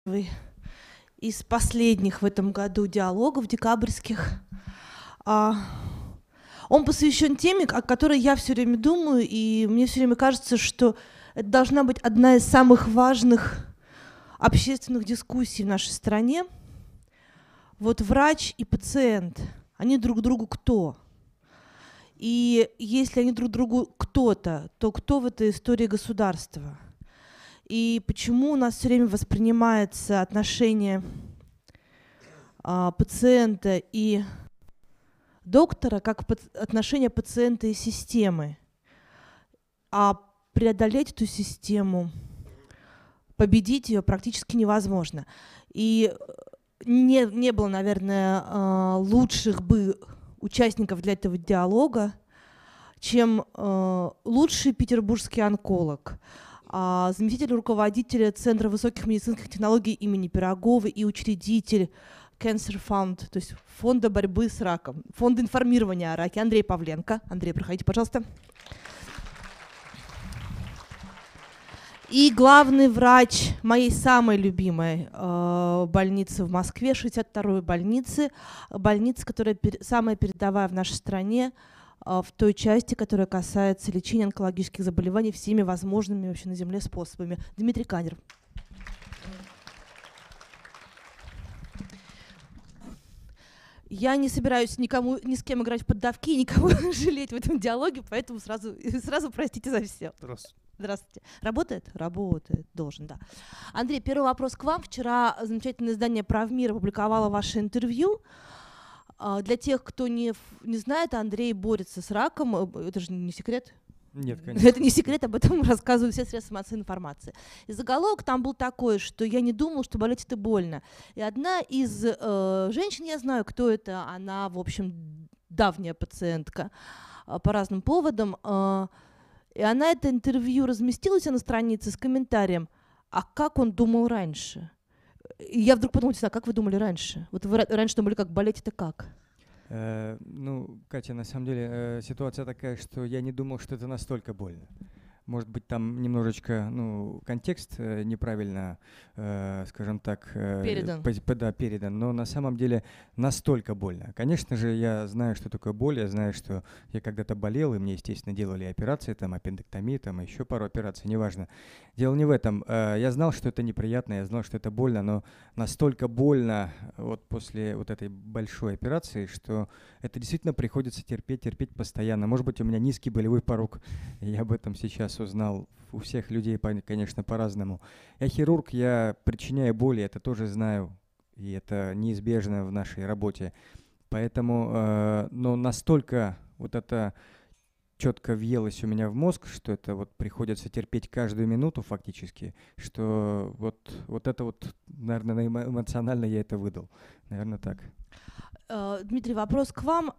Из последних в этом году диалогов декабрьских. Он посвящен теме, о которой я все время думаю, и мне все время кажется, что это должна быть одна из самых важных общественных дискуссий в нашей стране. Вот врач и пациент, они друг другу кто? И если они друг другу кто-то, то кто в этой истории государства? И почему у нас все время воспринимается отношение пациента и доктора как отношение пациента и системы? А преодолеть эту систему, победить ее практически невозможно. И не было, наверное, лучших бы участников для этого диалога, чем лучший петербургский онколог, заместитель руководителя Центра высоких медицинских технологий имени Пирогова и учредитель Cancer Fund, то есть фонда борьбы с раком, фонда информирования о раке, Андрей Павленко. Андрей, проходите, пожалуйста. И главный врач моей самой любимой больницы в Москве, 62-й больницы, которая самая передовая в нашей стране, в той части, которая касается лечения онкологических заболеваний всеми возможными вообще на Земле способами. Дмитрий Канев. Я не собираюсь ни с кем играть в поддавки, никого жалеть в этом диалоге, поэтому сразу простите за все. Здравствуйте. Здравствуйте. Работает? Работает. Должен, да. Андрей, первый вопрос к вам. Вчера замечательное издание «Правмир» опубликовало ваше интервью. Для тех, кто не знает, Андрей борется с раком. Это же не секрет? Нет, конечно. Это не секрет, об этом рассказывают все средства массовой информации. И заголовок там был такой, что я не думал, что болеть это больно. И одна из женщин, я знаю, кто это, она, в общем, давняя пациентка по разным поводам, и она это интервью разместила у себя на странице с комментарием: «А как он думал раньше?» И я вдруг подумала: а как вы думали раньше? Вот вы раньше думали, как болеть это как? Катя, на самом деле ситуация такая, что я не думал, что это настолько больно. Может быть, там немножечко, контекст неправильно, скажем так, передан, но на самом деле настолько больно. Конечно же, я знаю, что такое боль, я знаю, что я когда-то болел, и мне, естественно, делали операции, там, аппендэктомию, там, еще пару операций, неважно. Дело не в этом. Я знал, что это неприятно, я знал, что это больно, но настолько больно вот после вот этой большой операции, что это действительно приходится терпеть постоянно. Может быть, у меня низкий болевой порог, я об этом сейчас узнал. У всех людей, конечно, по-разному. Я хирург, я причиняю боли, это тоже знаю, и это неизбежно в нашей работе. Поэтому, но настолько вот это четко въелось у меня в мозг, что это вот приходится терпеть каждую минуту фактически, что вот это вот, наверное, эмоционально я это выдал. Наверное, так. Дмитрий, вопрос к вам.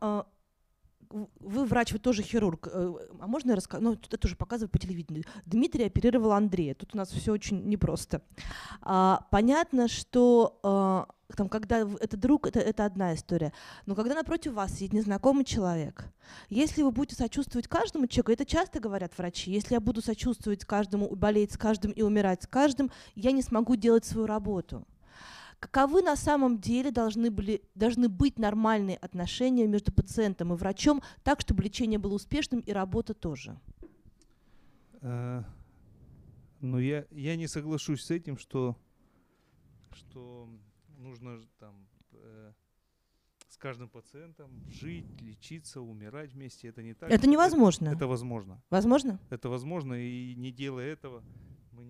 Вы врач, вы тоже хирург. А можно я расскажу? Ну, это тоже показывают по телевидению. Дмитрий оперировал Андрея. Тут у нас все очень непросто. Понятно, что там, когда это друг, это одна история. Но когда напротив вас сидит незнакомый человек, если вы будете сочувствовать каждому человеку, это часто говорят врачи, если я буду сочувствовать каждому, болеть с каждым и умирать с каждым, я не смогу делать свою работу. Каковы на самом деле должны быть нормальные отношения между пациентом и врачом, так, чтобы лечение было успешным и работа тоже? Я не соглашусь с этим, что нужно там с каждым пациентом жить, лечиться, умирать вместе. Это не так. Это невозможно. Это возможно. Возможно? Это возможно, и не делая этого, мы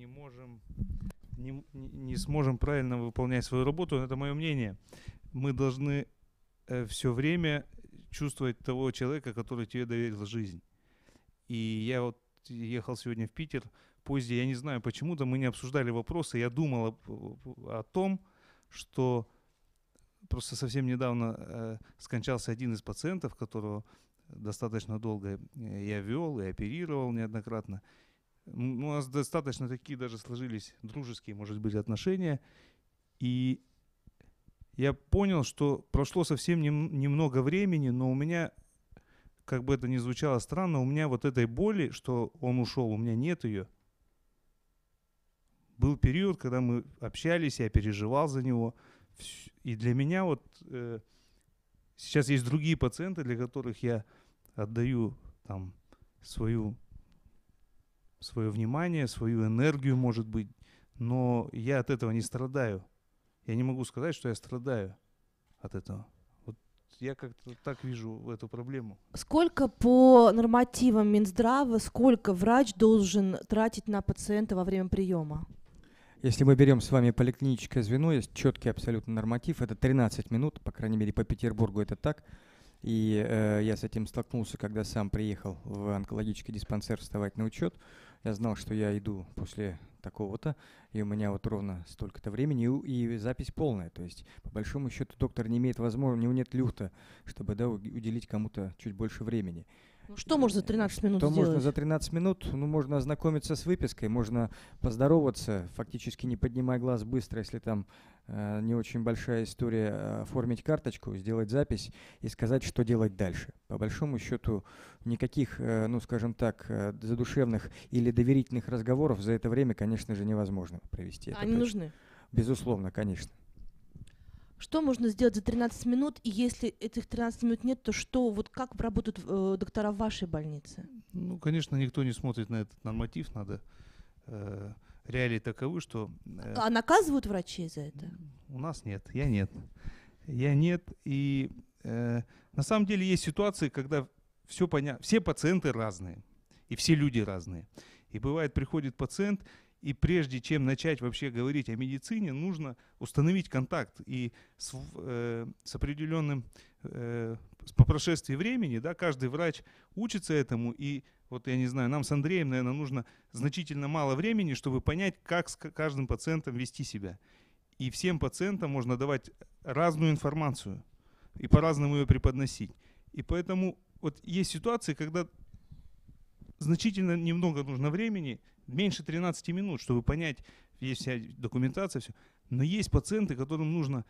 не сможем правильно выполнять свою работу. Это мое мнение. Мы должны все время чувствовать того человека, который тебе доверил жизнь. И я вот ехал сегодня в Питер в поезде, я не знаю, почему-то мы не обсуждали вопросы. Я думал о том, что просто совсем недавно скончался один из пациентов, которого достаточно долго я вел и оперировал неоднократно. У нас достаточно такие даже сложились дружеские, может быть, отношения. И я понял, что прошло совсем немного времени, но у меня, как бы это ни звучало странно, у меня вот этой боли, что он ушел, у меня нет ее. был период, когда мы общались, я переживал за него. И для меня вот сейчас есть другие пациенты, для которых я отдаю там свое внимание, свою энергию, может быть, но я от этого не страдаю. Я не могу сказать, что я страдаю от этого. Вот я как-то так вижу эту проблему. Сколько по нормативам Минздрава, сколько врач должен тратить на пациента во время приема? Если мы берем с вами поликлиническое звено, есть четкий абсолютно норматив, это 13 минут, по крайней мере по Петербургу это так. И я с этим столкнулся, когда сам приехал в онкологический диспансер вставать на учет. Я знал, что я иду после такого-то, и у меня вот ровно столько-то времени, и запись полная. То есть, по большому счету, доктор не имеет возможности, у него нет люфта, чтобы уделить кому-то чуть больше времени. Ну, что можно за 13 минут сделать? Можно за 13 минут? Ну, можно ознакомиться с выпиской, можно поздороваться, фактически не поднимая глаз быстро, если там не очень большая история, оформить карточку, сделать запись и сказать, что делать дальше. По большому счету, никаких, ну, скажем так, задушевных или доверительных разговоров за это время, конечно же, невозможно провести. Они нужны? Безусловно, конечно. Что можно сделать за 13 минут, и если этих 13 минут нет, то что, вот как работают доктора в вашей больнице? Ну, конечно, никто не смотрит на этот норматив, надо реалии таковы, что... А наказывают врачей за это? У нас нет, я нет. Я нет, и на самом деле есть ситуации, когда все понятно, все пациенты разные, и все люди разные. И бывает, приходит пациент, и прежде чем начать вообще говорить о медицине, нужно установить контакт. И с определенным, по прошествии времени, да, каждый врач учится этому. И вот, я не знаю, нам с Андреем, наверное, нужно значительно мало времени, чтобы понять, как с каждым пациентом вести себя. И всем пациентам можно давать разную информацию и по-разному ее преподносить. И поэтому вот есть ситуации, когда значительно немного нужно времени, меньше 13 минут, чтобы понять, есть вся документация, все. Но есть пациенты, которым нужно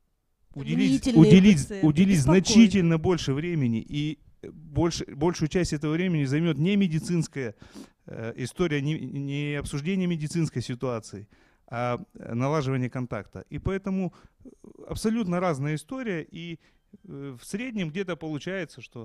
уделить значительно больше времени, и большую часть этого времени займет не медицинская история, не обсуждение медицинской ситуации, а налаживание контакта. И поэтому абсолютно разная история, и в среднем где-то получается, что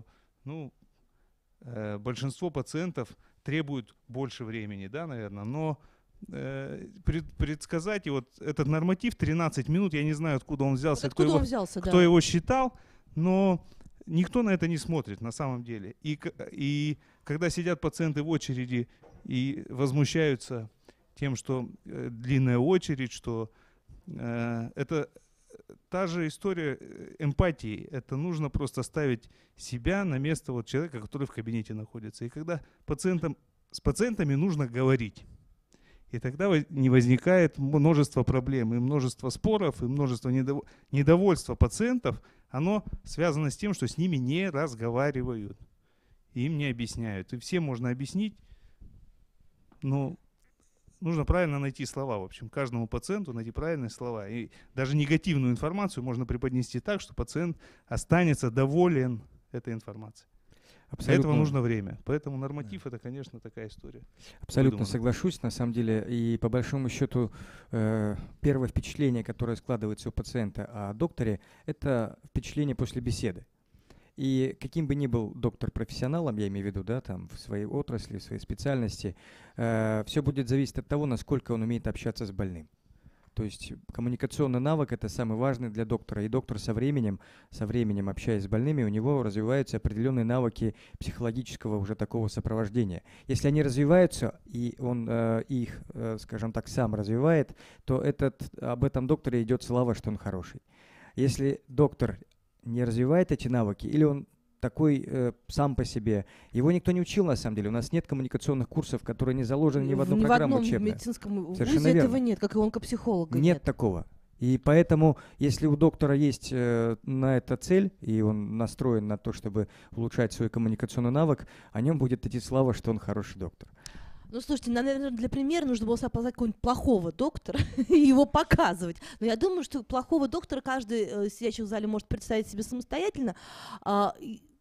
большинство пациентов требует больше времени, да, наверное, но предсказать, и вот этот норматив 13 минут, я не знаю, откуда он взялся, кто его считал, но никто на это не смотрит на самом деле. И когда сидят пациенты в очереди и возмущаются тем, что длинная очередь, что это та же история эмпатии. Это нужно просто ставить себя на место вот человека, который в кабинете находится. И когда с пациентами нужно говорить. И тогда не возникает множество проблем, и множество споров, и множество недовольства пациентов. Оно связано с тем, что с ними не разговаривают, и им не объясняют. И всем можно объяснить, но нужно правильно найти слова. В общем, каждому пациенту найти правильные слова. И даже негативную информацию можно преподнести так, что пациент останется доволен этой информацией. Абсолютно. Для этого нужно время. Поэтому норматив это, конечно, такая история. Абсолютно соглашусь, на самом деле. И по большому счету первое впечатление, которое складывается у пациента о докторе, это впечатление после беседы. И каким бы ни был доктор профессионалом, я имею в виду, да, там, в своей отрасли, в своей специальности, все будет зависеть от того, насколько он умеет общаться с больным. То есть коммуникационный навык – это самый важный для доктора. И доктор со временем, общаясь с больными, у него развиваются определенные навыки психологического уже такого сопровождения. Если они развиваются, и он их, скажем так, сам развивает, то об этом докторе идет слава, что он хороший. Если доктор не развивает эти навыки, или он такой сам по себе. Его никто не учил, на самом деле. У нас нет коммуникационных курсов, которые не заложены ни в одну программу учебную. Ни в одном медицинском вузе этого нет, как и у онкопсихолога. Нет такого. И поэтому, если у доктора есть на это цель, и он настроен на то, чтобы улучшать свой коммуникационный навык, о нем будет идти слава, что он хороший доктор. Ну, слушайте, наверное, для примера нужно было позвать какого-нибудь плохого доктора и его показывать. Но я думаю, что плохого доктора каждый сидящий в зале может представить себе самостоятельно.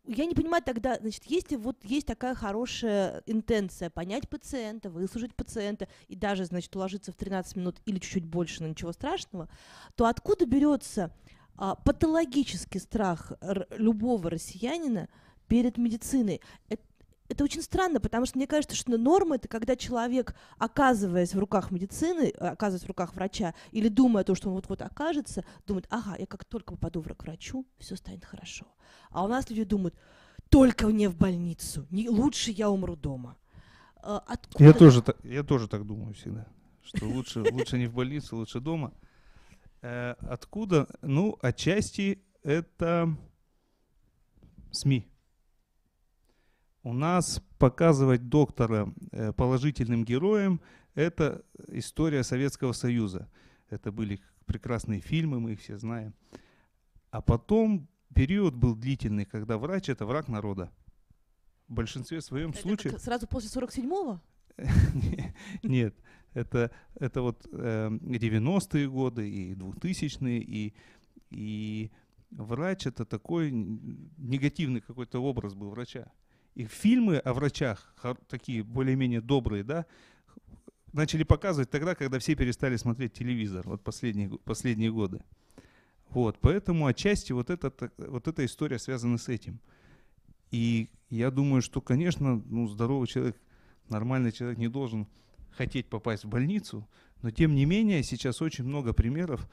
я не понимаю тогда, значит, если вот есть такая хорошая интенция понять пациента, выслушать пациента и даже, значит, уложиться в 13 минут или чуть-чуть больше, но ничего страшного, то откуда берется патологический страх любого россиянина перед медициной? Это очень странно, потому что мне кажется, что норма — это когда человек, оказываясь в руках медицины, оказываясь в руках врача, или думая о том, что он вот-вот окажется, думает, ага, я как только попаду к врачу, все станет хорошо. А у нас люди думают, только не в больницу, лучше я умру дома. Я тоже так думаю всегда, что лучше не в больницу, лучше дома. Откуда? Ну, отчасти это СМИ. У нас показывать доктора положительным героем — это история Советского Союза. Это были прекрасные фильмы, мы их все знаем. А потом период был длительный, когда врач — это враг народа. В большинстве своем случаев... Сразу после 47-го? Нет, это вот 90-е годы и 2000-е, и врач — это такой негативный какой-то образ был врача. И фильмы о врачах, такие более-менее добрые, да, начали показывать тогда, когда все перестали смотреть телевизор, вот последние годы. Вот, поэтому отчасти вот эта история связана с этим. И я думаю, что, конечно, здоровый человек, нормальный человек не должен хотеть попасть в больницу, но тем не менее сейчас очень много примеров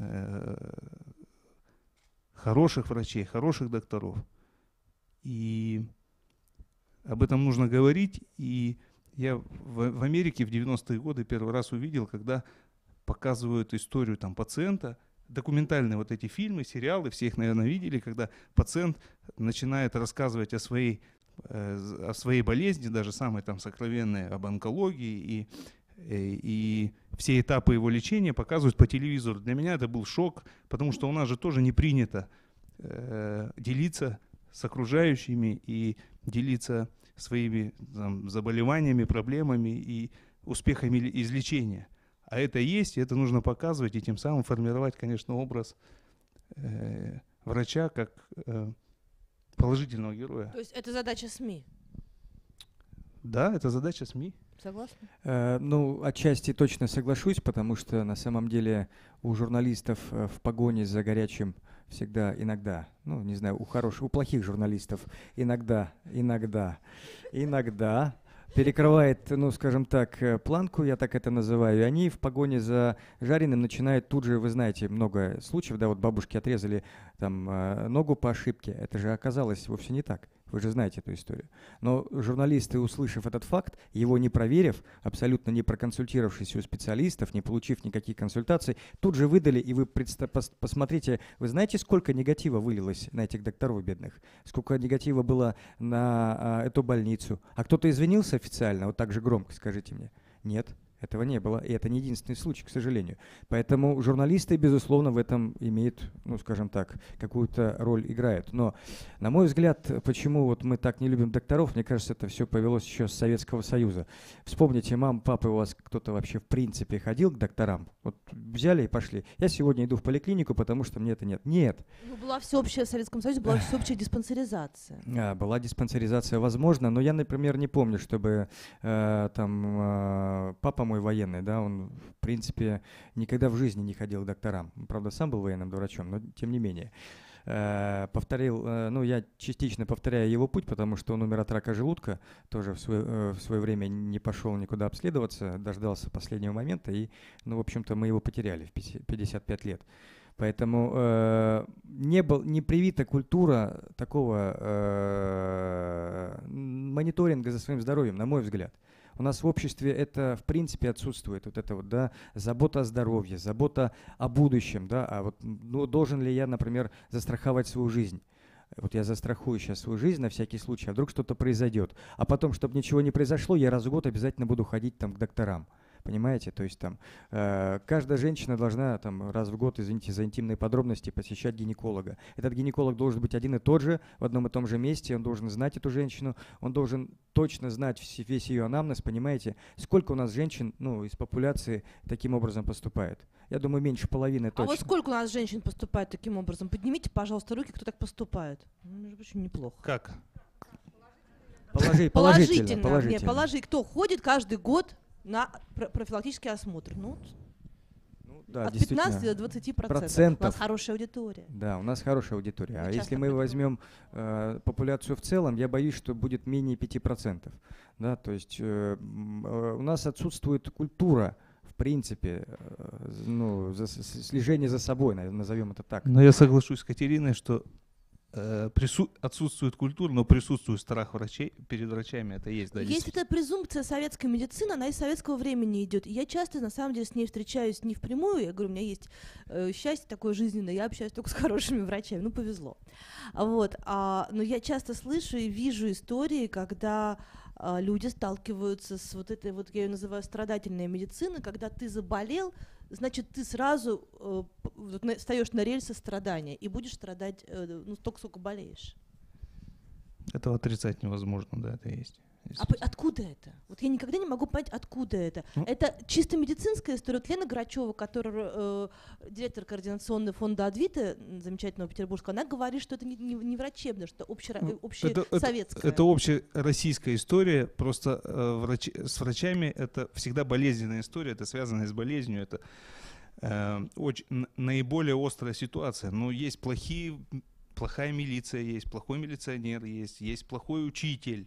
хороших врачей, хороших докторов. И об этом нужно говорить. И я в Америке в 90-е годы первый раз увидел, когда показывают историю там пациента, документальные вот эти фильмы, сериалы, все их, наверное, видели, когда пациент начинает рассказывать о своей болезни, даже самой там сокровенной, об онкологии, и все этапы его лечения показывают по телевизору. Для меня это был шок, потому что у нас же тоже не принято делиться с окружающими и делиться своими там заболеваниями, проблемами и успехами излечения. А это есть, и это нужно показывать, и тем самым формировать, конечно, образ врача как положительного героя. То есть это задача СМИ? Да, это задача СМИ. Согласны? Ну, отчасти точно соглашусь, потому что на самом деле у журналистов в погоне за горячим всегда, иногда, ну, не знаю, у плохих журналистов иногда перекрывает, ну, скажем так, планку, я так это называю, и они в погоне за жареным начинают тут же, вы знаете, много случаев, да, вот бабушки отрезали там ногу по ошибке, это же оказалось вовсе не так. Вы же знаете эту историю. Но журналисты, услышав этот факт, его не проверив, абсолютно не проконсультировавшись у специалистов, не получив никаких консультаций, тут же выдали, и вы посмотрите, вы знаете, сколько негатива вылилось на этих докторов бедных? Сколько негатива было на эту больницу? А кто-то извинился официально, вот так же громко, скажите мне? Нет. Этого не было, и это не единственный случай, к сожалению. Поэтому журналисты, безусловно, в этом имеют, ну, скажем так, какую-то роль играют. Но, на мой взгляд, почему вот мы так не любим докторов, мне кажется, это все повелось еще с Советского Союза. Вспомните, мам, папа, у вас кто-то вообще в принципе ходил к докторам? Вот взяли и пошли. Я сегодня иду в поликлинику, потому что мне это нет. Нет. Ну, была всеобщая в Советском Союзе, была всеобщая диспансеризация. Была диспансеризация, возможно, но я, например, не помню, чтобы папа мой военный, да, он, в принципе, никогда в жизни не ходил к докторам. Правда, сам был военным врачом, но тем не менее. Я частично повторяю его путь, потому что он умер от рака желудка, тоже в свое время не пошел никуда обследоваться, дождался последнего момента, и, в общем-то, мы его потеряли в 55 лет. Поэтому не привита культура такого мониторинга за своим здоровьем, на мой взгляд. У нас в обществе это, в принципе, отсутствует. Вот это вот, да, забота о здоровье, забота о будущем, да, а вот должен ли я, например, застраховать свою жизнь? Вот я застрахую сейчас свою жизнь на всякий случай, а вдруг что-то произойдет. А потом, чтобы ничего не произошло, я раз в год обязательно буду ходить там к докторам. Понимаете? То есть там каждая женщина должна там раз в год, извините за интимные подробности, посещать гинеколога. Этот гинеколог должен быть один и тот же, в одном и том же месте, он должен знать эту женщину, он должен точно знать весь ее анамнез, понимаете? Сколько у нас женщин, из популяции таким образом поступает? Я думаю, меньше половины точно. А вот сколько у нас женщин поступает таким образом? Поднимите, пожалуйста, руки, кто так поступает. между прочим, неплохо. Как? Положительно. Нет, кто ходит каждый год на профилактический осмотр? Да, от 15 до 20%. У нас хорошая аудитория. Да, у нас хорошая аудитория. А если мы возьмем популяцию в целом, я боюсь, что будет менее 5%. Да, то есть у нас отсутствует культура, в принципе, слежение за собой, назовем это так. Но я соглашусь с Катериной, что отсутствует культура, но присутствует страх врачей перед врачами, это есть. Да, есть эта презумпция советской медицины, она из советского времени идет. И я часто, на самом деле, с ней встречаюсь не впрямую. Я говорю, у меня есть счастье такое жизненное, я общаюсь только с хорошими врачами, повезло. Но я часто слышу и вижу истории, когда люди сталкиваются с этой, я ее называю, страдательной медициной, когда ты заболел, значит, ты сразу встаешь на рельсы страдания и будешь страдать столько, сколько болеешь. Этого отрицать невозможно, да, это есть. Откуда это? Я никогда не могу понять, откуда это. Это чисто медицинская история. Лена Грачева, которая директор координационного фонда Адвита, замечательного петербургского, она говорит, что это не врачебное, что общесоветское. Это общероссийская история, просто с врачами это всегда болезненная история, это связано с болезнью, это наиболее острая ситуация. Но есть плохая милиция, есть плохой милиционер, есть плохой учитель.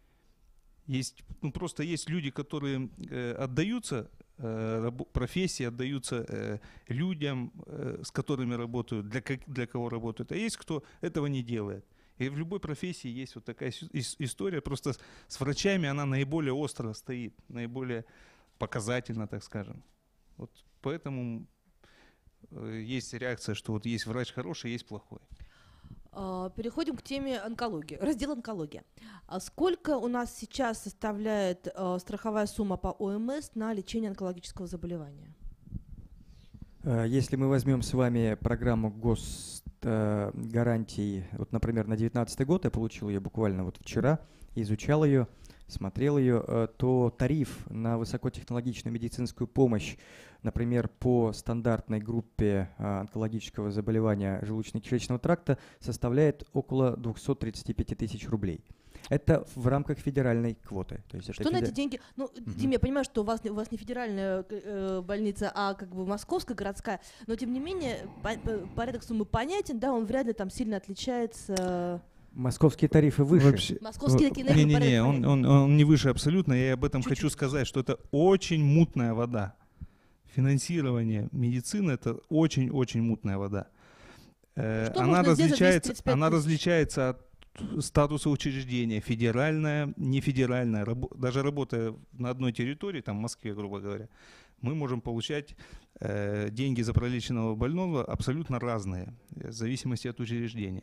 Просто есть люди, которые отдаются профессии, отдаются людям, с которыми работают, для кого работают, а есть кто этого не делает. И в любой профессии есть такая история, просто с врачами она наиболее остро стоит, наиболее показательно, так скажем. Поэтому есть реакция, что есть врач хороший, есть плохой. Переходим к теме онкологии. Раздел онкология. Сколько у нас сейчас составляет страховая сумма по ОМС на лечение онкологического заболевания? Если мы возьмем с вами программу госгарантий, например, на 2019 год, я получил ее буквально вчера, изучал ее, смотрел ее, то тариф на высокотехнологичную медицинскую помощь, например, по стандартной группе онкологического заболевания желудочно-кишечного тракта составляет около 235 тысяч рублей. Это в рамках федеральной квоты. То есть что на эти деньги? Дим, я понимаю, что у вас не федеральная больница, а московская, городская, но тем не менее порядок суммы понятен, да, он вряд ли там сильно отличается. Московские тарифы выше. Московские тарифы не, он не выше абсолютно. Я об этом хочу сказать, что это очень мутная вода. Финансирование медицины — это очень-очень мутная вода. Она различается от статуса учреждения, федеральная, нефедеральная. Даже работая на одной территории, там в Москве, грубо говоря, мы можем получать деньги за пролеченного больного абсолютно разные, в зависимости от учреждения.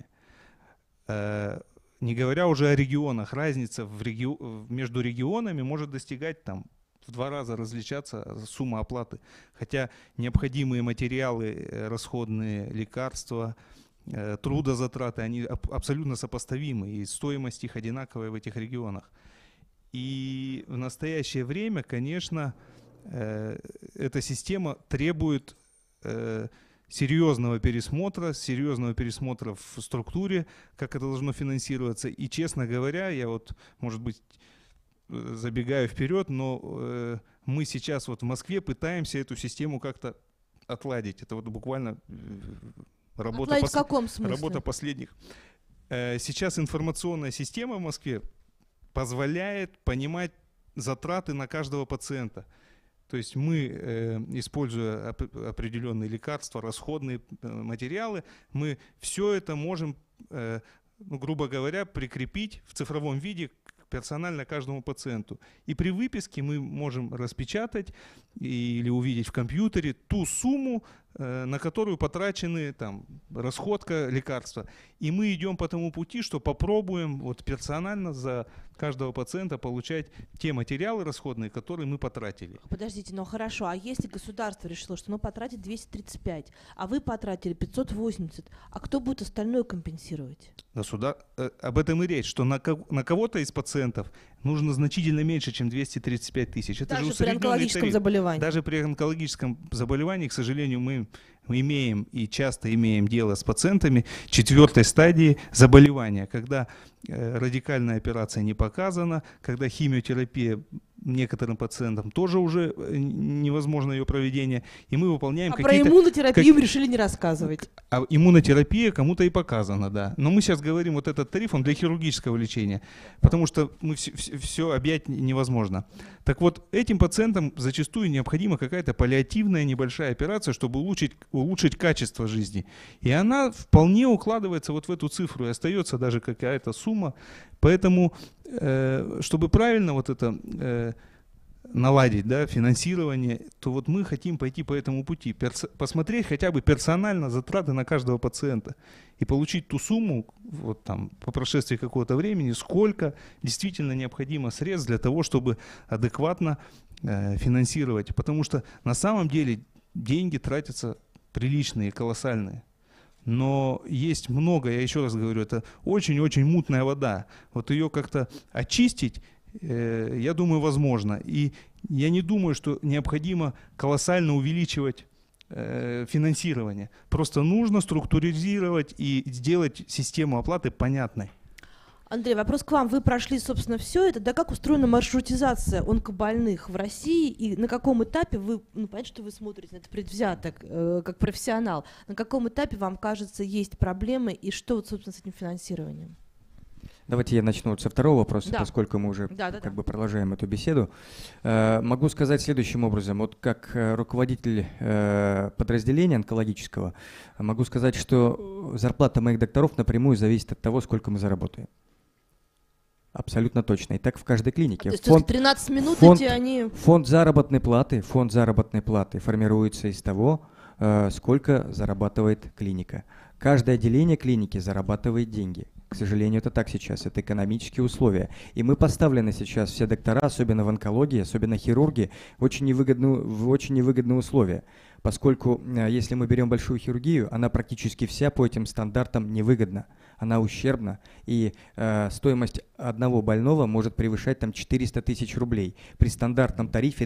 Не говоря уже о регионах, разница между регионами может достигать в 2 раза различаться сумма оплаты. Хотя необходимые материалы, расходные лекарства, трудозатраты, они абсолютно сопоставимы, и стоимость их одинаковая в этих регионах. И в настоящее время, конечно, эта система требует серьезного пересмотра в структуре, как это должно финансироваться. И, честно говоря, я может быть, забегаю вперед, но мы сейчас в Москве пытаемся эту систему как-то отладить. Это буквально работа последних. Сейчас информационная система в Москве позволяет понимать затраты на каждого пациента. То есть мы, используя определенные лекарства, расходные материалы, мы все это можем, грубо говоря, прикрепить в цифровом виде персонально каждому пациенту. И при выписке мы можем распечатать или увидеть в компьютере ту сумму, на которую потрачены расходка лекарства. И мы идем по тому пути, что попробуем персонально за каждого пациента получать те материалы расходные, которые мы потратили. Подождите, хорошо, а если государство решило, что оно потратит 235, а вы потратили 580, а кто будет остальное компенсировать? Об этом и речь, что на кого-то из пациентов нужно значительно меньше, чем 235 тысяч. Это даже же при онкологическом заболевании. Даже при онкологическом заболевании, к сожалению, мы имеем и часто имеем дело с пациентами 4-й стадии заболевания, когда радикальная операция не показана, когда химиотерапия некоторым пациентам тоже уже невозможно ее проведение, и мы выполняем какие-то... Про иммунотерапию мы решили не рассказывать. А иммунотерапия кому-то и показана, да. Но мы сейчас говорим, вот этот тариф, он для хирургического лечения, потому что мы все объять невозможно. Так вот, этим пациентам зачастую необходима какая-то паллиативная небольшая операция, чтобы улучшить качество жизни. И она вполне укладывается вот в эту цифру, и остается даже какая-то сумма. Поэтому, чтобы правильно вот это наладить, да, финансирование, то вот мы хотим пойти по этому пути, посмотреть хотя бы персонально затраты на каждого пациента и получить ту сумму вот там по прошествии какого-то времени, сколько действительно необходимо средств для того, чтобы адекватно финансировать. Потому что на самом деле деньги тратятся приличные, колоссальные. Но есть много, я еще раз говорю, это очень-очень мутная вода. Вот ее как-то очистить, я думаю, возможно. И я не думаю, что необходимо колоссально увеличивать финансирование. Просто нужно структуризировать и сделать систему оплаты понятной. Андрей, вопрос к вам. Вы прошли, собственно, все это. Да, как устроена маршрутизация онкобольных в России? И на каком этапе вы, понятно, что вы смотрите на это предвзято, как профессионал, на каком этапе вам кажется есть проблемы и что, вот, собственно, с этим финансированием? Давайте я начну вот со второго вопроса, да. Поскольку мы уже как бы продолжаем эту беседу. Могу сказать следующим образом. Вот как руководитель подразделения онкологического, могу сказать, что зарплата моих докторов напрямую зависит от того, сколько мы заработаем. Абсолютно точно. И так в каждой клинике. То есть 13 минут эти они... Фонд заработной платы формируется из того, сколько зарабатывает клиника. Каждое отделение клиники зарабатывает деньги. К сожалению, это так сейчас, это экономические условия. И мы поставлены сейчас, все доктора, особенно в онкологии, особенно хирурги, в очень невыгодные условия. Поскольку, если мы берем большую хирургию, она практически вся по этим стандартам невыгодна. Она ущербна, и стоимость одного больного может превышать там 400 тысяч рублей. При стандартном тарифе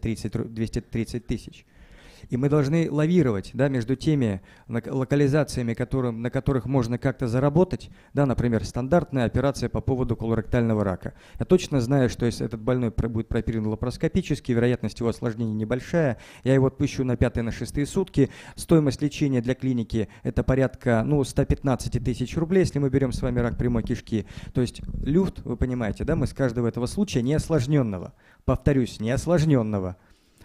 230 тысяч. И мы должны лавировать, да, между теми локализациями, на которых можно как-то заработать. Да, например, стандартная операция по поводу колоректального рака. Я точно знаю, что если этот больной будет прооперирован лапароскопически, вероятность его осложнений небольшая. Я его отпущу на 5-е, на 6-е сутки. Стоимость лечения для клиники – это порядка 115 тысяч рублей, если мы берем с вами рак прямой кишки. То есть люфт, вы понимаете, да, мы с каждого этого случая неосложненного, повторюсь, неосложненного,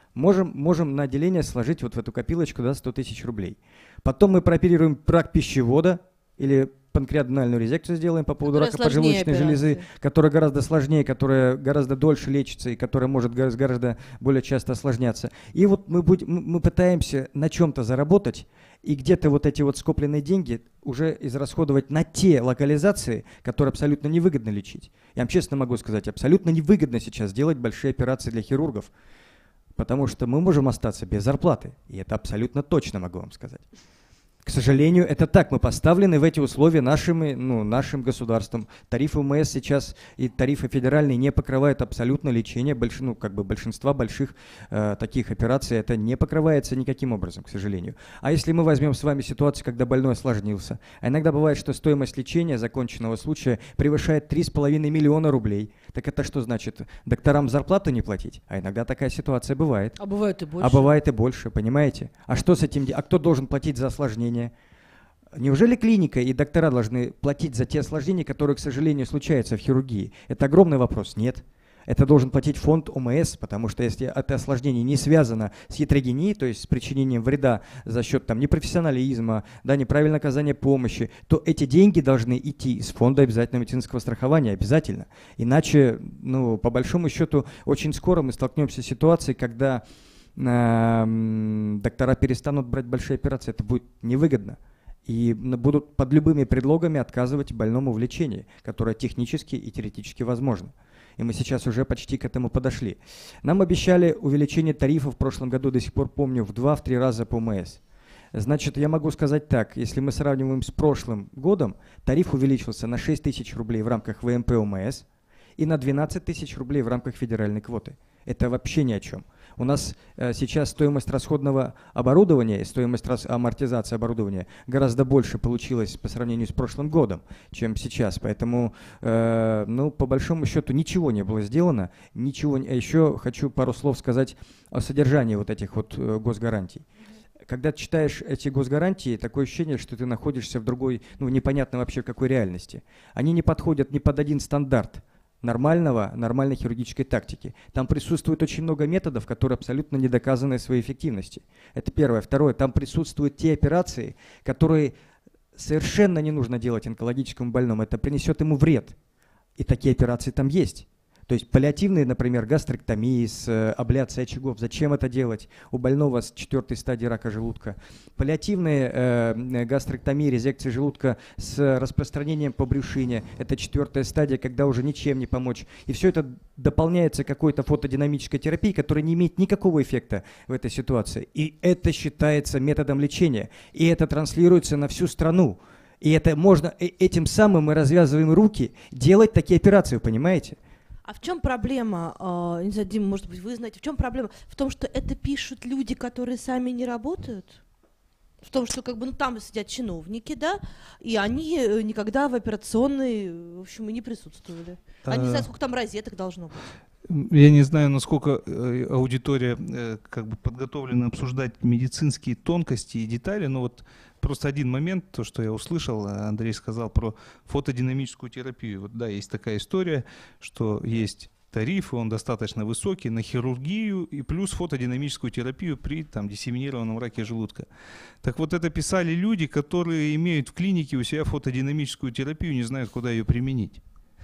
можем на отделение сложить вот в эту копилочку, да, 100 тысяч рублей. Потом мы прооперируем рак пищевода или панкреатональную резекцию сделаем по поводу рака поджелудочной железы, которая гораздо сложнее, которая гораздо дольше лечится и которая может гораздо более часто осложняться. И вот мы пытаемся на чем-то заработать и где-то вот эти вот скопленные деньги уже израсходовать на те локализации, которые абсолютно невыгодно лечить. Я вам честно могу сказать, абсолютно невыгодно сейчас делать большие операции для хирургов, потому что мы можем остаться без зарплаты. И это абсолютно точно могу вам сказать. К сожалению, это так. Мы поставлены в эти условия нашим государством. Тарифы УМС сейчас и тарифы федеральные не покрывают абсолютно лечение большинства больших таких операций. Это не покрывается никаким образом, к сожалению. А если мы возьмем с вами ситуацию, когда больной осложнился, а иногда бывает, что стоимость лечения законченного случая превышает 3,5 миллиона рублей, так это что значит? Докторам зарплату не платить? А иногда такая ситуация бывает. А бывает и больше. А бывает и больше, понимаете? А что с этим? А кто должен платить за осложнения? Неужели клиника и доктора должны платить за те осложнения, которые, к сожалению, случаются в хирургии? Это огромный вопрос. Нет. Это должен платить фонд ОМС, потому что если это осложнение не связано с ятрогенией, то есть с причинением вреда за счет непрофессионализма, да, неправильного оказания помощи, то эти деньги должны идти из фонда обязательного медицинского страхования обязательно. Иначе, по большому счету, очень скоро мы столкнемся с ситуацией, когда доктора перестанут брать большие операции. Это будет невыгодно. И будут под любыми предлогами отказывать больному в лечении, которое технически и теоретически возможно. И мы сейчас уже почти к этому подошли. Нам обещали увеличение тарифов в прошлом году, до сих пор помню, в 2-3 раза по УМС. Значит, я могу сказать так, если мы сравниваем с прошлым годом, тариф увеличился на 6 тысяч рублей в рамках ВМП УМС и на 12 тысяч рублей в рамках федеральной квоты. Это вообще ни о чем. У нас сейчас стоимость расходного оборудования, стоимость амортизации оборудования гораздо больше получилась по сравнению с прошлым годом, чем сейчас. Поэтому, ну, по большому счету, ничего не было сделано. Ничего. А еще хочу пару слов сказать о содержании вот этих вот госгарантий. Когда ты читаешь эти госгарантии, такое ощущение, что ты находишься в другой, ну, непонятно вообще в какой реальности. Они не подходят ни под один стандарт нормальной хирургической тактики. Там присутствует очень много методов, которые абсолютно не доказаны своей эффективности. Это первое. Второе, там присутствуют те операции, которые совершенно не нужно делать онкологическому больному. Это принесет ему вред. И такие операции там есть. То есть паллиативные, например, гастроэктомии с абляцией очагов. Зачем это делать у больного с 4-й стадии рака желудка? Паллиативные гастроэктомии, резекции желудка с распространением по брюшине. Это 4-я стадия, когда уже ничем не помочь. И все это дополняется какой-то фотодинамической терапией, которая не имеет никакого эффекта в этой ситуации. И это считается методом лечения. И это транслируется на всю страну. И это можно, этим самым мы развязываем руки делать такие операции, понимаете? А в чем проблема, не знаю, Дима, может быть, вы знаете, в чем проблема? В том, что это пишут люди, которые сами не работают? В том, что как бы, ну, там сидят чиновники, да, и они никогда в операционной, в общем, и не присутствовали. Они не знают, сколько там розеток должно быть. Я не знаю, насколько аудитория как бы подготовлена обсуждать медицинские тонкости и детали, но вот просто один момент, то, что я услышал, Андрей сказал про фотодинамическую терапию. Вот, да, есть такая история, что есть тариф, он достаточно высокий на хирургию и плюс фотодинамическую терапию при там, диссеминированном раке желудка. Так вот, это писали люди, которые имеют в клинике у себя фотодинамическую терапию, не знают, куда ее применить.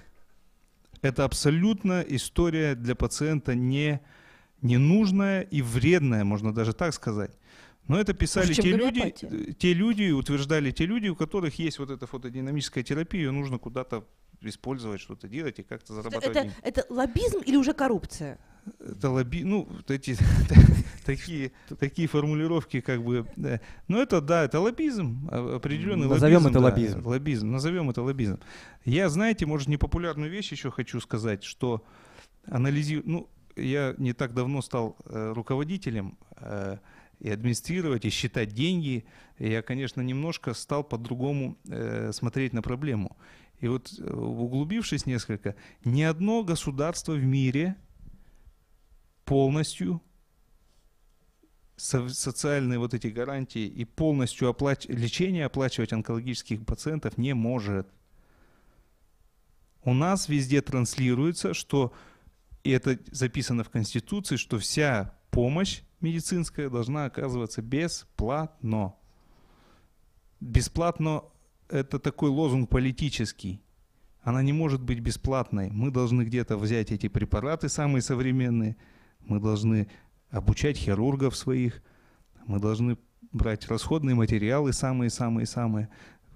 Это абсолютно история для пациента ненужная и вредная, можно даже так сказать. Но это писали те люди, утверждали те люди, у которых есть вот эта фотодинамическая терапия, ее нужно куда-то использовать, что-то делать и как-то зарабатывать деньги. Это лоббизм или уже коррупция? Это ну, такие формулировки как бы, да. Но это, да, это лоббизм, определенный назовем лоббизм. Это да, лоббизм. Лоббизм. Назовем это лоббизм. Я, знаете, может, непопулярную вещь еще хочу сказать, что ну, я не так давно стал руководителем, и администрировать, и считать деньги. И я, конечно, немножко стал по-другому смотреть на проблему. И вот, углубившись несколько, ни одно государство в мире полностью социальные вот эти гарантии и полностью лечение оплачивать онкологических пациентов не может. У нас везде транслируется, что, и это записано в Конституции, что вся помощь медицинская должна оказываться бесплатно. Бесплатно – это такой лозунг политический. Она не может быть бесплатной. Мы должны где-то взять эти препараты, самые современные. Мы должны обучать хирургов своих. Мы должны брать расходные материалы самые-самые-самые.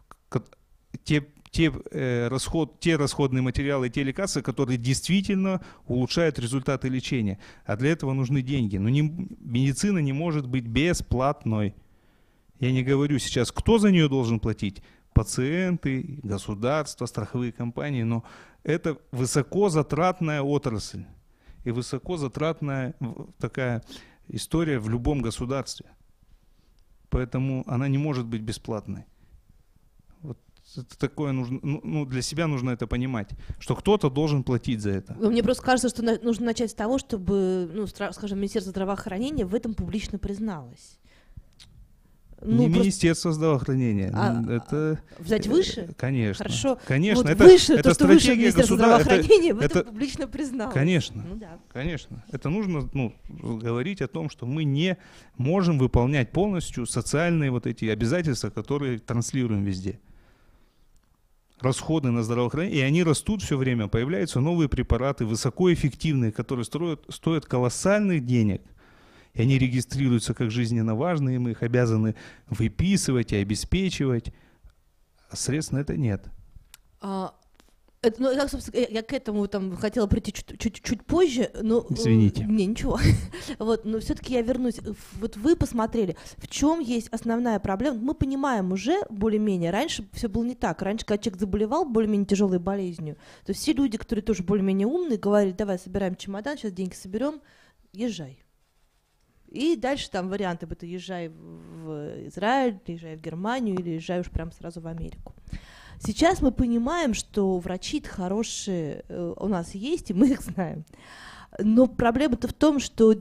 Те расходные материалы, те лекарства, которые действительно улучшают результаты лечения. А для этого нужны деньги. Но медицина не может быть бесплатной. Я не говорю сейчас, кто за нее должен платить. Пациенты, государство, страховые компании. Но это высокозатратная отрасль. И высокозатратная такая история в любом государстве. Поэтому она не может быть бесплатной. Это такое нужно, ну, для себя нужно это понимать, что кто-то должен платить за это. Мне просто кажется, что нужно начать с того, чтобы, ну, скажем, Министерство здравоохранения в этом публично призналось. Ну, не Министерство здравоохранения. Это взять выше? Конечно. Хорошо. Конечно. Вот это, выше, это то, что выше Министерство здравоохранения, в это этом публично призналось. Конечно. Ну, да. Конечно. Это нужно, ну, говорить о том, что мы не можем выполнять полностью социальные вот эти обязательства, которые транслируем везде. Расходы на здравоохранение, и они растут все время, появляются новые препараты, высокоэффективные, которые стоят колоссальных денег, и они регистрируются как жизненно важные, и мы их обязаны выписывать и обеспечивать, а средств на это нет. Ну, я к этому там хотела прийти чуть позже, но... Извините. Не, ничего. Вот, но все-таки я вернусь. Вот вы посмотрели, в чем есть основная проблема. Мы понимаем уже более-менее. Раньше все было не так. Раньше, когда человек заболевал более-менее тяжелой болезнью, то все люди, которые тоже более-менее умные, говорили: давай собираем чемодан, сейчас деньги соберем, езжай. И дальше там варианты: это езжай в Израиль, езжай в Германию или езжай уж прям сразу в Америку. Сейчас мы понимаем, что врачи хорошие у нас есть, и мы их знаем. Но проблема-то в том, что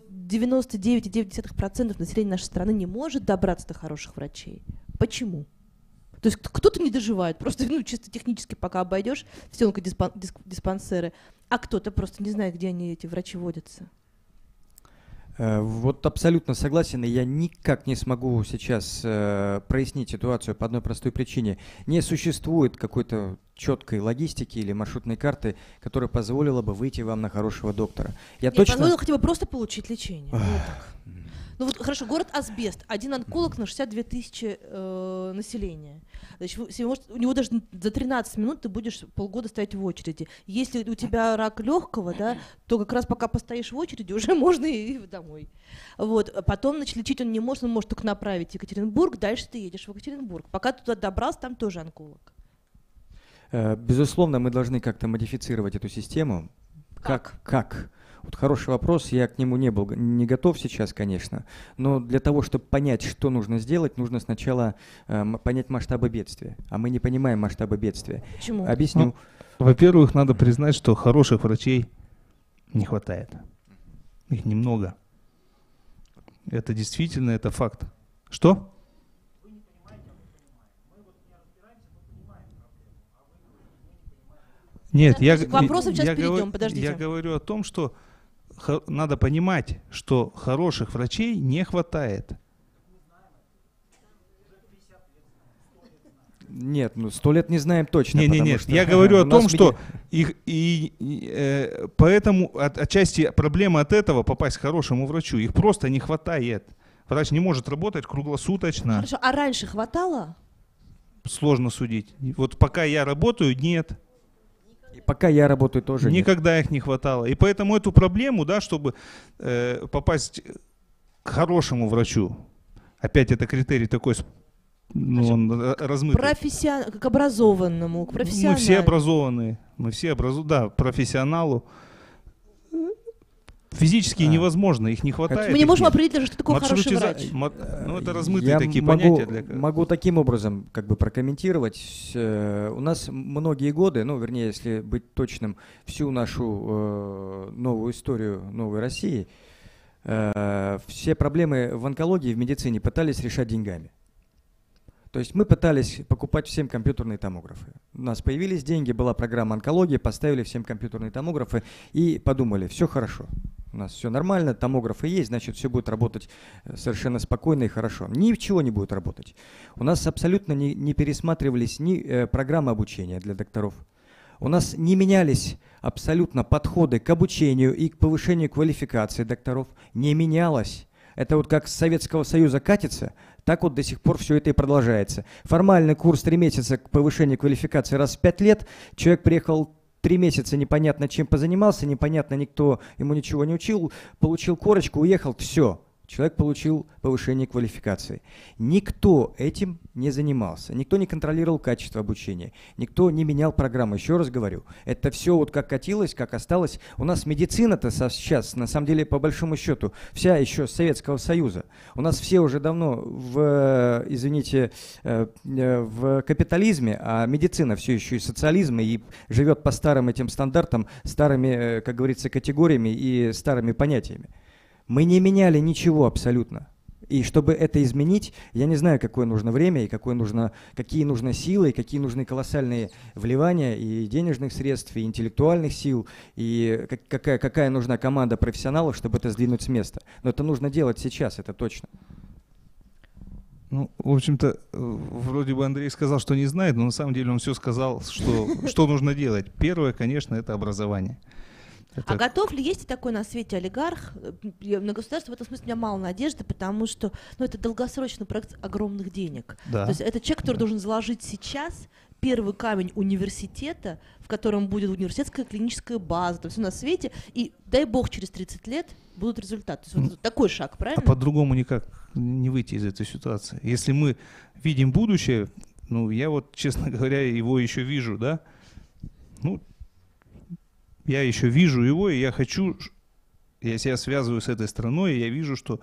99,9% населения нашей страны не может добраться до хороших врачей. Почему? То есть кто-то не доживает, просто чисто технически пока обойдешь все онкодиспансеры, а кто-то просто не знает, где они, эти врачи, водятся. Вот абсолютно согласен, и я никак не смогу сейчас прояснить ситуацию по одной простой причине. Не существует какой-то четкой логистики или маршрутной карты, которая позволила бы выйти вам на хорошего доктора. Я позволила хотя бы просто получить лечение. Ну вот хорошо, город Асбест, один онколог на 62 тысячи населения. Значит, у него даже за 13 минут ты будешь полгода стоять в очереди. Если у тебя рак легкого, да, то как раз пока постоишь в очереди, уже можно и домой. Вот. Потом, значит, лечить он не может, он может только направить в Екатеринбург, дальше ты едешь в Екатеринбург. Пока ты туда добрался, там тоже онколог. Безусловно, мы должны как-то модифицировать эту систему. Как? Вот хороший вопрос, я к нему не готов сейчас, конечно, но для того, чтобы понять, что нужно сделать, нужно сначала понять масштабы бедствия, а мы не понимаем масштабы бедствия. Почему? Объясню. Во-первых, надо признать, что хороших врачей не хватает. Их немного. Это действительно, это факт. Что? Нет, я говорю о том, что надо понимать, что хороших врачей не хватает. Нет, 100 лет не знаем точно. Нет, я говорю о том, что поэтому отчасти проблема от этого попасть к хорошему врачу. Их просто не хватает. Врач не может работать круглосуточно. Хорошо, а раньше хватало? Сложно судить. Вот пока я работаю, нет. И пока я работаю, тоже никогда нет. Их не хватало. И поэтому эту проблему, да, чтобы попасть к хорошему врачу, опять это критерий такой, он размытый. К образованному, к профессионалу. Мы все образованные, да, профессионалу. Физически невозможно, их не хватает. Мы не можем определить даже, что такое хороший врач. Это размытые такие понятия. Могу таким образом прокомментировать. У нас многие годы, вернее, если быть точным, всю нашу новую историю новой России, все проблемы в онкологии, в медицине пытались решать деньгами. То есть мы пытались покупать всем компьютерные томографы. У нас появились деньги, была программа онкологии, поставили всем компьютерные томографы и подумали: все хорошо, у нас все нормально, томографы есть, значит, все будет работать совершенно спокойно и хорошо. Ничего не будет работать. У нас абсолютно не пересматривались ни программы обучения для докторов. У нас не менялись абсолютно подходы к обучению и к повышению квалификации докторов. Не менялось. Это вот как с Советского Союза катится, так вот до сих пор все это и продолжается. Формальный курс 3 месяца к повышению квалификации раз в 5 лет. Человек приехал 3 месяца, непонятно чем позанимался, непонятно, никто ему ничего не учил, получил корочку, уехал, все. Человек получил повышение квалификации. Никто этим не занимался, никто не контролировал качество обучения, никто не менял программу. Еще раз говорю, это все вот как катилось, как осталось. У нас медицина-то сейчас, на самом деле, по большому счету, вся еще с Советского Союза. У нас все уже давно в капитализме, а медицина все еще и социализм, и живет по старым этим стандартам, старыми, как говорится, категориями и старыми понятиями. Мы не меняли ничего абсолютно. И чтобы это изменить, я не знаю, какое нужно время, и какие нужны силы, и какие нужны колоссальные вливания и денежных средств, и интеллектуальных сил, и какая нужна команда профессионалов, чтобы это сдвинуть с места. Но это нужно делать сейчас, это точно. В общем-то, вроде бы Андрей сказал, что не знает, но на самом деле он все сказал, что нужно делать. Первое, конечно, это образование. А готов ли, есть ли такой на свете олигарх? На государство в этом смысле у меня мало надежды, потому что это долгосрочный проект огромных денег. Да. То есть это человек, который должен заложить сейчас первый камень университета, в котором будет университетская клиническая база, там все на свете, и дай бог через 30 лет будут результаты. То есть вот такой шаг, правильно? А по-другому никак не выйти из этой ситуации. Если мы видим будущее, ну, я вот, честно говоря, его еще вижу, да, ну, я еще вижу его, и я хочу, я себя связываю с этой страной, и я вижу, что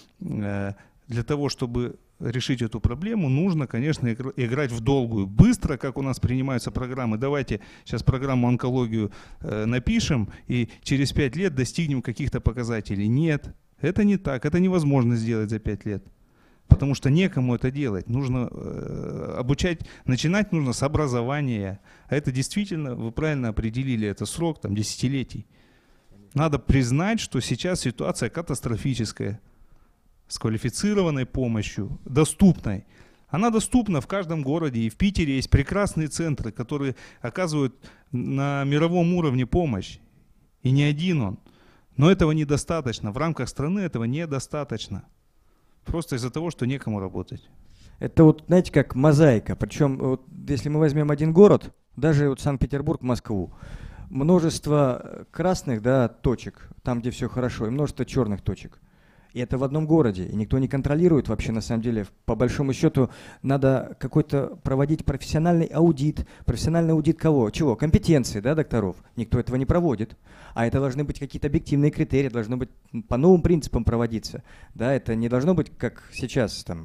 для того, чтобы решить эту проблему, нужно, конечно, играть в долгую. Быстро, как у нас принимаются программы, давайте сейчас программу онкологию напишем, и через 5 лет достигнем каких-то показателей. Нет, это не так, это невозможно сделать за 5 лет. Потому что некому это делать. Нужно обучать, начинать нужно с образования. А это действительно, вы правильно определили, это срок там, десятилетий. Надо признать, что сейчас ситуация катастрофическая. С квалифицированной помощью, доступной. Она доступна в каждом городе. И в Питере есть прекрасные центры, которые оказывают на мировом уровне помощь. И не один он. Но этого недостаточно. В рамках страны этого недостаточно. Просто из-за того, что некому работать. Это вот, знаете, как мозаика. Причем, вот, если мы возьмем один город, даже вот Санкт-Петербург, Москву, множество красных, да, точек, там, где все хорошо, и множество черных точек. И это в одном городе, и никто не контролирует вообще, на самом деле. По большому счету, надо какой-то проводить профессиональный аудит. Профессиональный аудит кого? Чего? Компетенции, да, докторов. Никто этого не проводит. А это должны быть какие-то объективные критерии, должно быть по новым принципам проводиться. Да, это не должно быть, как сейчас, там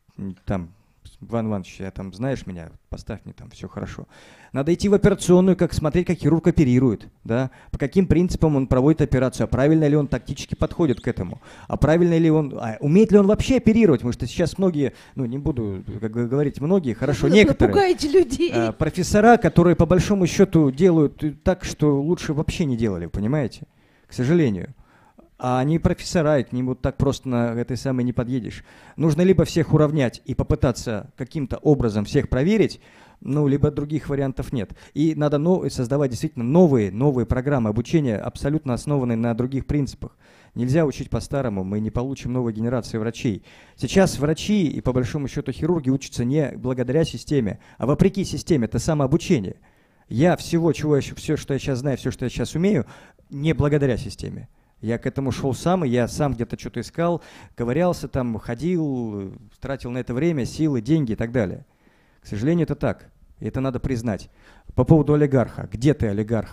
Иван Иванович, я там, знаешь меня, поставь мне там, все хорошо. Надо идти в операционную, как смотреть, как хирург оперирует, да, по каким принципам он проводит операцию, а правильно ли он тактически подходит к этому, а правильно ли он, умеет ли он вообще оперировать, потому что сейчас многие, ну не буду как говорить многие, хорошо, некоторые. Напугаете людей. Профессора, которые по большому счету делают так, что лучше вообще не делали, понимаете, к сожалению. А они профессора, и к ним вот так просто на этой самой не подъедешь. Нужно либо всех уравнять и попытаться каким-то образом всех проверить, ну, либо других вариантов нет. И надо создавать действительно новые программы обучения, абсолютно основанные на других принципах. Нельзя учить по-старому, мы не получим новой генерации врачей. Сейчас врачи и, по большому счету, хирурги учатся не благодаря системе, а вопреки системе, это самообучение. Я все, что я сейчас знаю, все, что я сейчас умею, не благодаря системе. Я к этому шел сам, и я сам где-то что-то искал, ковырялся там, ходил, тратил на это время, силы, деньги и так далее. К сожалению, это так. И это надо признать. По поводу олигарха. Где ты, олигарх?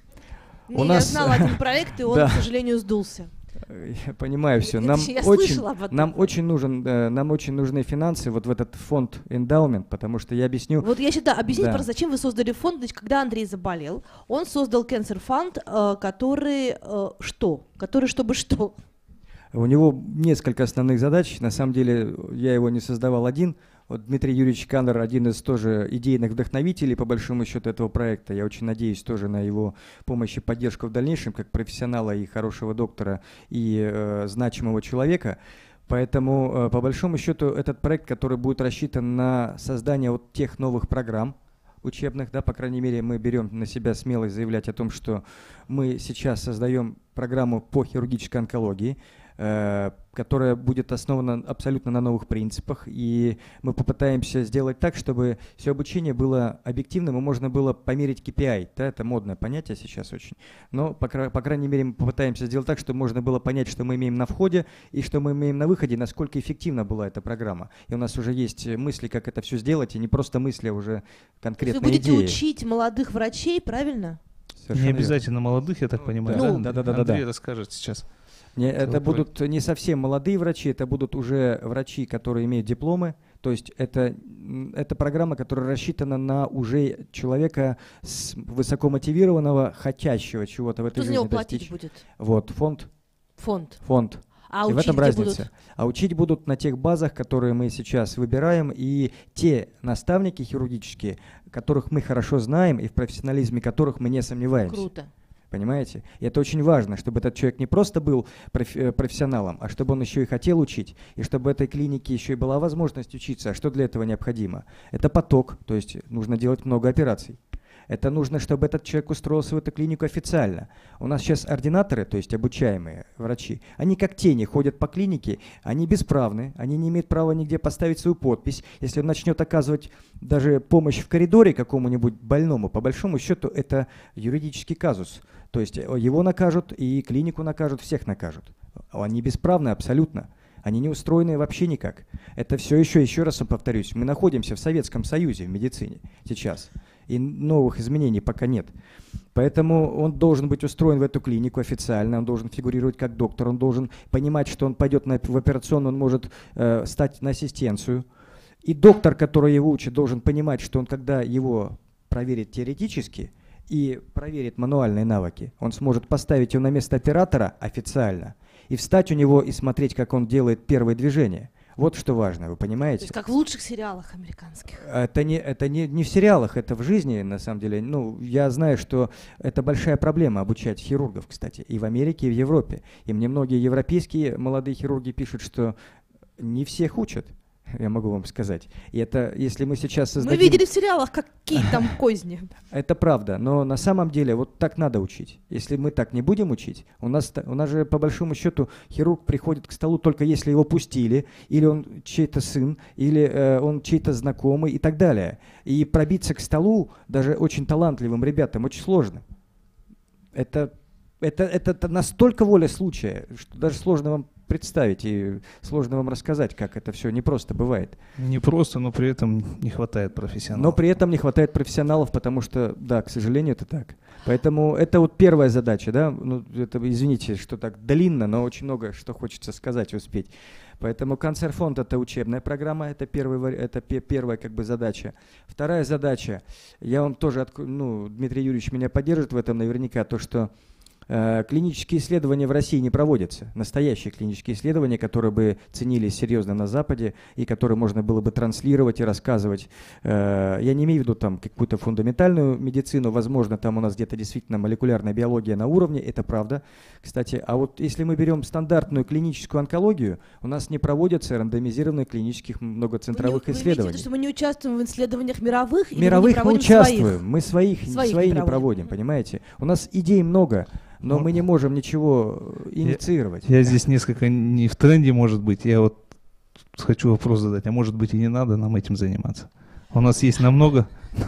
Я знала один проект, и он, к сожалению, сдулся. Я понимаю все. Нам очень нужны финансы вот в этот фонд эндаумент, потому что я объясню. Вот я считаю, объясните просто, зачем вы создали фонд. Значит, когда Андрей заболел, он создал Cancer Fund, который что? Который чтобы что? У него несколько основных задач. На самом деле я его не создавал один. Вот Дмитрий Юрьевич Каннер один из тоже идейных вдохновителей, по большому счету, этого проекта. Я очень надеюсь тоже на его помощь и поддержку в дальнейшем, как профессионала и хорошего доктора, и значимого человека. Поэтому, по большому счету, этот проект, который будет рассчитан на создание вот тех новых программ учебных, да, по крайней мере, мы берем на себя смелость заявлять о том, что мы сейчас создаем программу по хирургической онкологии, которая будет основана абсолютно на новых принципах, и мы попытаемся сделать так, чтобы все обучение было объективным, и можно было померить KPI. Да, это модное понятие сейчас очень, но, по крайней мере, мы попытаемся сделать так, чтобы можно было понять, что мы имеем на входе и что мы имеем на выходе, насколько эффективна была эта программа. И у нас уже есть мысли, как это все сделать, и не просто мысли, а уже конкретные идеи. Вы будете учить молодых врачей, правильно? Совершенно не обязательно молодых, я так понимаю. Да. Андрей расскажет сейчас. Это будут не совсем молодые врачи, это будут уже врачи, которые имеют дипломы. То есть это программа, которая рассчитана на уже человека высокомотивированного, хотящего чего-то в этой жизни достичь. Кто за него платить будет? Вот, фонд. А и в этом разница. А учить будут на тех базах, которые мы сейчас выбираем, и те наставники хирургические, которых мы хорошо знаем, и в профессионализме которых мы не сомневаемся. Круто. Понимаете? И это очень важно, чтобы этот человек не просто был профессионалом, а чтобы он еще и хотел учить, и чтобы в этой клинике еще и была возможность учиться. А что для этого необходимо? Это поток, то есть нужно делать много операций. Это нужно, чтобы этот человек устроился в эту клинику официально. У нас сейчас ординаторы, то есть обучаемые врачи, они как тени ходят по клинике, они бесправны, они не имеют права нигде поставить свою подпись. Если он начнет оказывать даже помощь в коридоре какому-нибудь больному, по большому счету это юридический казус. То есть его накажут и клинику накажут, всех накажут. Они бесправны абсолютно. Они не устроены вообще никак. Это все еще раз повторюсь, мы находимся в Советском Союзе в медицине сейчас. И новых изменений пока нет. Поэтому он должен быть устроен в эту клинику официально, он должен фигурировать как доктор, он должен понимать, что он пойдет в операционную, он может стать на ассистенцию. И доктор, который его учит, должен понимать, что он, когда его проверит теоретически и проверит мануальные навыки, он сможет поставить его на место оператора официально и встать у него и смотреть, как он делает первые движения. Вот что важно, вы понимаете? То есть как в лучших сериалах американских. Это не в сериалах, это в жизни, на самом деле. Ну, я знаю, что это большая проблема обучать хирургов, кстати, и в Америке, и в Европе. И мне многие европейские молодые хирурги пишут, что не всех учат. Я могу вам сказать. И это, если мы сейчас создадим... Мы видели в сериалах, какие там козни. Это правда, но на самом деле вот так надо учить. Если мы так не будем учить, у нас же по большому счету хирург приходит к столу только если его пустили, или он чей-то сын, или он чей-то знакомый и так далее. И пробиться к столу даже очень талантливым ребятам очень сложно. Это настолько воля случая, что даже сложно вам представить и сложно вам рассказать, как это все непросто бывает. Непросто, но при этом не хватает профессионалов. Но при этом не хватает профессионалов, потому что, да, к сожалению, это так. Поэтому это вот первая задача, да, ну, это, извините, что так длинно, но очень много что хочется сказать, успеть. Поэтому Канцерфонд — это учебная программа, это первая как бы задача. Вторая задача, я вам тоже, Дмитрий Юрьевич меня поддержит в этом наверняка, то, что клинические исследования в России не проводятся. Настоящие клинические исследования, которые бы ценились серьезно на Западе и которые можно было бы транслировать и рассказывать. Я не имею в виду там какую-то фундаментальную медицину, возможно, там у нас где-то действительно молекулярная биология на уровне, это правда, кстати. А вот если мы берем стандартную клиническую онкологию, у нас не проводятся рандомизированные клинических многоцентровых исследований. Вы имеете в виду, что мы не участвуем в исследованиях мировых? Мировых мы участвуем, мы своих не проводим, понимаете? У нас идей много. Но мы не можем ничего инициировать. Я здесь несколько не в тренде, может быть. Я вот хочу вопрос задать. А может быть и не надо нам этим заниматься? У нас есть намного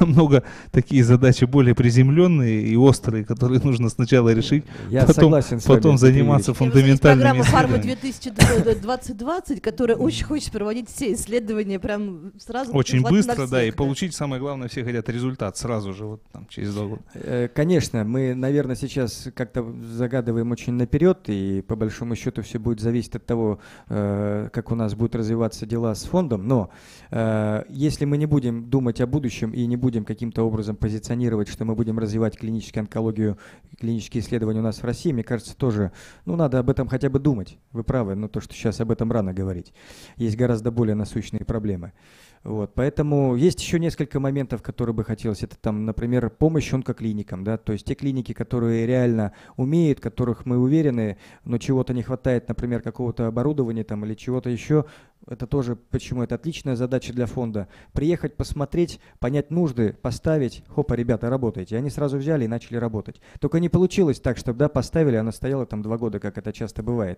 такие задачи более приземленные и острые, которые нужно сначала решить, потом заниматься фундаментальными исследованиями. Программа «Фарма 2020», которая очень хочет проводить все исследования прям сразу. Очень быстро, да, и получить, самое главное, все хотят результат сразу же, вот там, через 2 года. Конечно, мы, наверное, сейчас как-то загадываем очень наперед, и по большому счету все будет зависеть от того, как у нас будут развиваться дела с фондом, но если мы не будем думать о будущем и не будем каким-то образом позиционировать, что мы будем развивать клиническую онкологию, клинические исследования у нас в России, мне кажется, тоже, надо об этом хотя бы думать. Вы правы, но то, что сейчас об этом рано говорить. Есть гораздо более насущные проблемы. Вот, поэтому есть еще несколько моментов, которые бы хотелось. Это там, например, помощь онкоклиникам, да, то есть те клиники, которые реально умеют, которых мы уверены, но чего-то не хватает, например, какого-то оборудования там или чего-то еще. Это тоже, почему это отличная задача для фонда. Приехать, посмотреть, понять нужды, поставить, хопа, ребята, работайте. И они сразу взяли и начали работать. Только не получилось так, чтобы, да, поставили, она стояла там 2 года, как это часто бывает.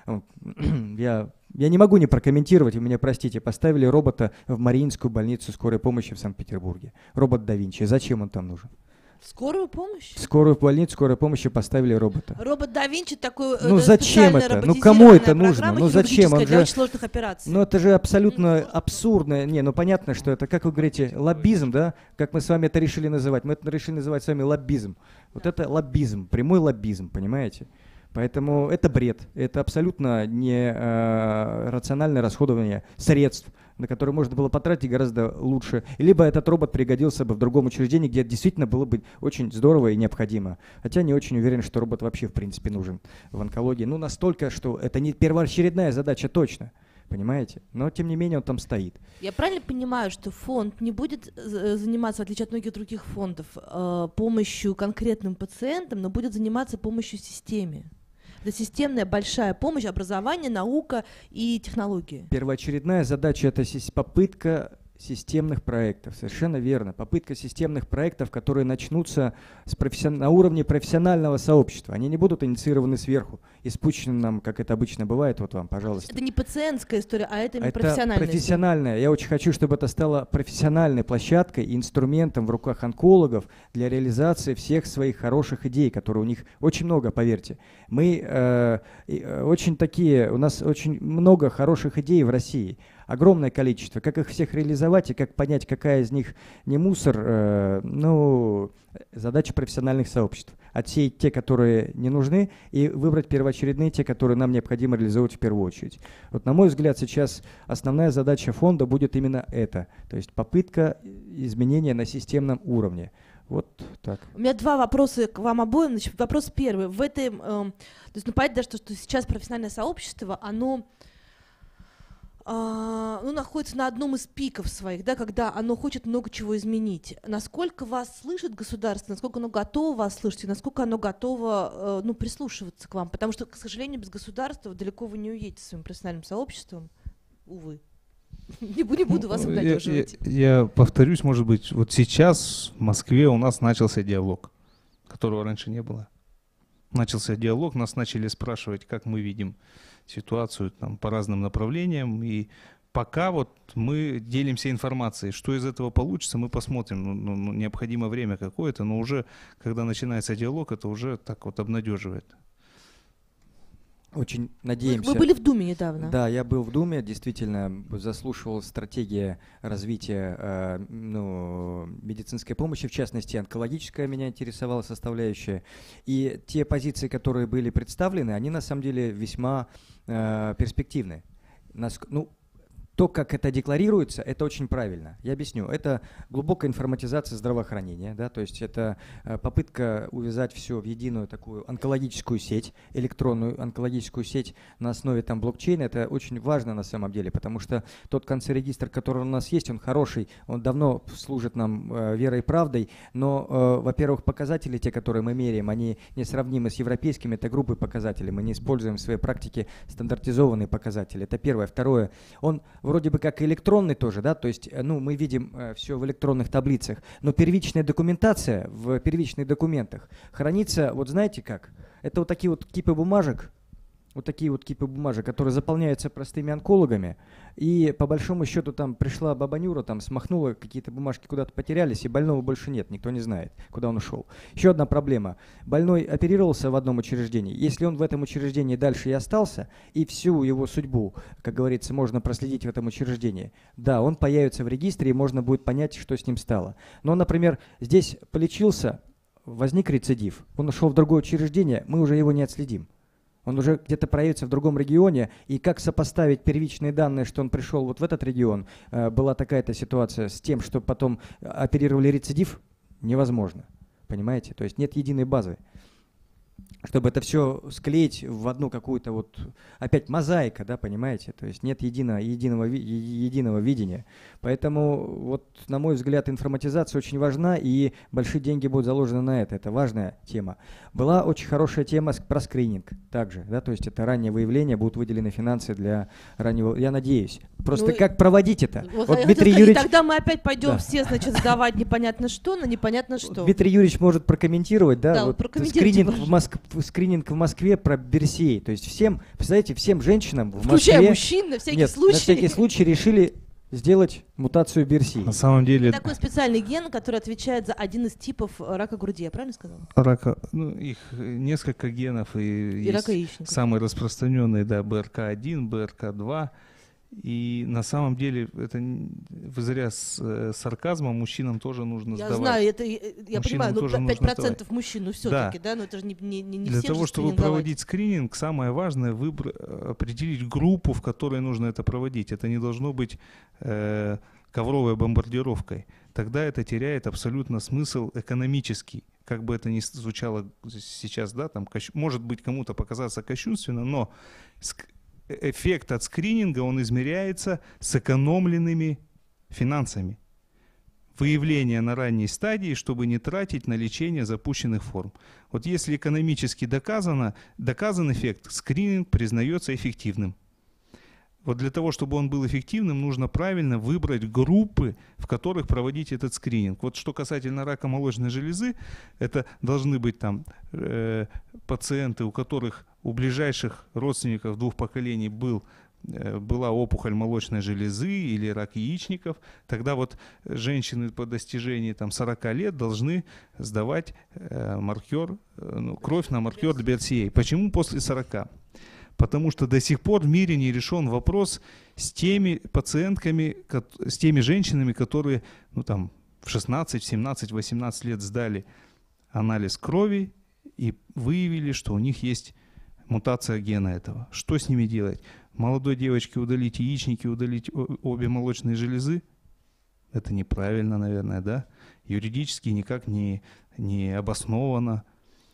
Я не могу не прокомментировать, вы меня простите, поставили робота в Мариинскую больницу скорой помощи в Санкт-Петербурге. Робот да Винчи. Зачем он там нужен? Скорую помощь? В скорую больницу скорой помощи поставили робота. Робот да Винчи такой. Зачем это? Кому это нужно? Зачем? Он для очень сложных операций. Это же абсолютно абсурдно. Понятно, что это, как вы говорите, лоббизм, да? Как мы с вами это решили называть? Мы это решили называть с вами лоббизм. Вот это лоббизм, прямой лоббизм, понимаете? Поэтому это бред, это абсолютно не рациональное расходование средств, на которые можно было потратить гораздо лучше. Либо этот робот пригодился бы в другом учреждении, где действительно было бы очень здорово и необходимо. Хотя не очень уверен, что робот вообще в принципе нужен в онкологии. Настолько, что это не первоочередная задача точно. Понимаете? Но, тем не менее, он там стоит. Я правильно понимаю, что фонд не будет заниматься, в отличие от многих других фондов, помощью конкретным пациентам, но будет заниматься помощью системе? Это системная большая помощь, образование, наука и технологии. Первоочередная задача — это попытка системных проектов, совершенно верно. Попытка системных проектов, которые начнутся на уровне профессионального сообщества. Они не будут инициированы сверху и спущены нам, как это обычно бывает. Вот вам, пожалуйста. Это не пациентская история, а это профессиональная. Это профессиональная. Я очень хочу, чтобы это стало профессиональной площадкой и инструментом в руках онкологов для реализации всех своих хороших идей, которые у них очень много, поверьте. Мы у нас очень много хороших идей в России. Огромное количество. Как их всех реализовать и как понять, какая из них не мусор, задача профессиональных сообществ. Отсеять те, которые не нужны, и выбрать первоочередные, те, которые нам необходимо реализовать в первую очередь. Вот, на мой взгляд, сейчас основная задача фонда будет именно это. То есть попытка изменения на системном уровне. Вот так. У меня два вопроса к вам обоим. Значит, вопрос первый. В этой, то есть, понятно, что сейчас профессиональное сообщество, оно находится на одном из пиков своих, да, когда оно хочет много чего изменить. Насколько вас слышит государство, насколько оно готово вас слышать, и насколько оно готово прислушиваться к вам? Потому что, к сожалению, без государства далеко вы не уедете своим профессиональным сообществом, увы. Не буду вас обнадеживать. Я повторюсь, может быть, вот сейчас в Москве у нас начался диалог, которого раньше не было. Начался диалог, нас начали спрашивать, как мы видим ситуацию там, по разным направлениям. И пока вот мы делимся информацией. Что из этого получится, мы посмотрим. Необходимо время какое-то, но уже, когда начинается диалог, это уже так вот обнадеживает. Очень надеемся. Вы были в Думе недавно. Да, я был в Думе, действительно заслушивал стратегия развития медицинской помощи, в частности, онкологическая меня интересовала составляющая. И те позиции, которые были представлены, они на самом деле весьма перспективны. То, как это декларируется, это очень правильно. Я объясню. Это глубокая информатизация здравоохранения, да, то есть это попытка увязать все в единую такую онкологическую сеть, электронную онкологическую сеть на основе там блокчейна. Это очень важно на самом деле, потому что тот канцерегистр, который у нас есть, он хороший, он давно служит нам верой и правдой, но, во-первых, показатели, те, которые мы меряем, они несравнимы с европейскими, это грубые показатели, мы не используем в своей практике стандартизованные показатели, это первое. Второе, он вроде бы как электронный тоже, да, то есть, мы видим все в электронных таблицах, но первичная документация в первичных документах хранится, вот знаете как, это вот такие вот кипы бумажек, которые заполняются простыми онкологами, и по большому счету там пришла баба Нюра, там смахнула, какие-то бумажки куда-то потерялись, и больного больше нет, никто не знает, куда он ушел. Еще одна проблема. Больной оперировался в одном учреждении, если он в этом учреждении дальше и остался, и всю его судьбу, как говорится, можно проследить в этом учреждении, да, он появится в регистре, и можно будет понять, что с ним стало. Но, например, здесь полечился, возник рецидив, он ушел в другое учреждение, мы уже его не отследим. Он уже где-то проявится в другом регионе, и как сопоставить первичные данные, что он пришел вот в этот регион, была такая-то ситуация, с тем, что потом оперировали рецидив, невозможно, понимаете? То есть нет единой базы. Чтобы это все склеить в одну какую-то вот, опять мозаика, да, понимаете? То есть нет единого видения. Поэтому, вот, на мой взгляд, информатизация очень важна, и большие деньги будут заложены на это. Это важная тема. Была очень хорошая тема про скрининг также, да, то есть это раннее выявление, будут выделены финансы для раннего, я надеюсь. Просто как проводить это? Вот Дмитрий Юрьевич... Тогда мы опять пойдем все, значит, сдавать непонятно что на непонятно что. Дмитрий Юрьевич может прокомментировать, да, да вот прокомментируйте, скрининг в Москве про Берсей. То есть всем, представляете, всем женщинам в Москве... Включая мужчин, на всякий случай. На всякий случай решили сделать мутацию Берсей. На самом деле... Такой специальный ген, который отвечает за один из типов рака груди, я правильно сказала? Рака, их несколько генов. И рака яичника. Самые распространенные, да, БРК1, БРК2. И на самом деле, это вы зря с сарказмом, мужчинам тоже нужно сдавать. Я знаю, это, я понимаю, но 5% мужчин, ну все-таки, да, но это же не для все того, чтобы проводить скрининг, самое важное определить группу, в которой нужно это проводить. Это не должно быть ковровой бомбардировкой. Тогда это теряет абсолютно смысл экономический. Как бы это ни звучало сейчас, да, там, может быть, кому-то показаться кощунственно, но эффект от скрининга, он измеряется сэкономленными финансами. Выявление на ранней стадии, чтобы не тратить на лечение запущенных форм. Вот если экономически доказан эффект, скрининг признается эффективным. Вот для того, чтобы он был эффективным, нужно правильно выбрать группы, в которых проводить этот скрининг. Вот что касательно рака молочной железы, это должны быть там пациенты, у которых у ближайших родственников 2 поколений была опухоль молочной железы или рак яичников. Тогда вот женщины по достижении там 40 лет должны сдавать кровь на маркер BRCA. Почему после 40? Потому что до сих пор в мире не решен вопрос с теми пациентками, с теми женщинами, которые в 16, 17, 18 лет сдали анализ крови и выявили, что у них есть мутация гена этого. Что с ними делать? Молодой девочке удалить яичники, удалить обе молочные железы? Это неправильно, наверное, да? Юридически никак не обосновано.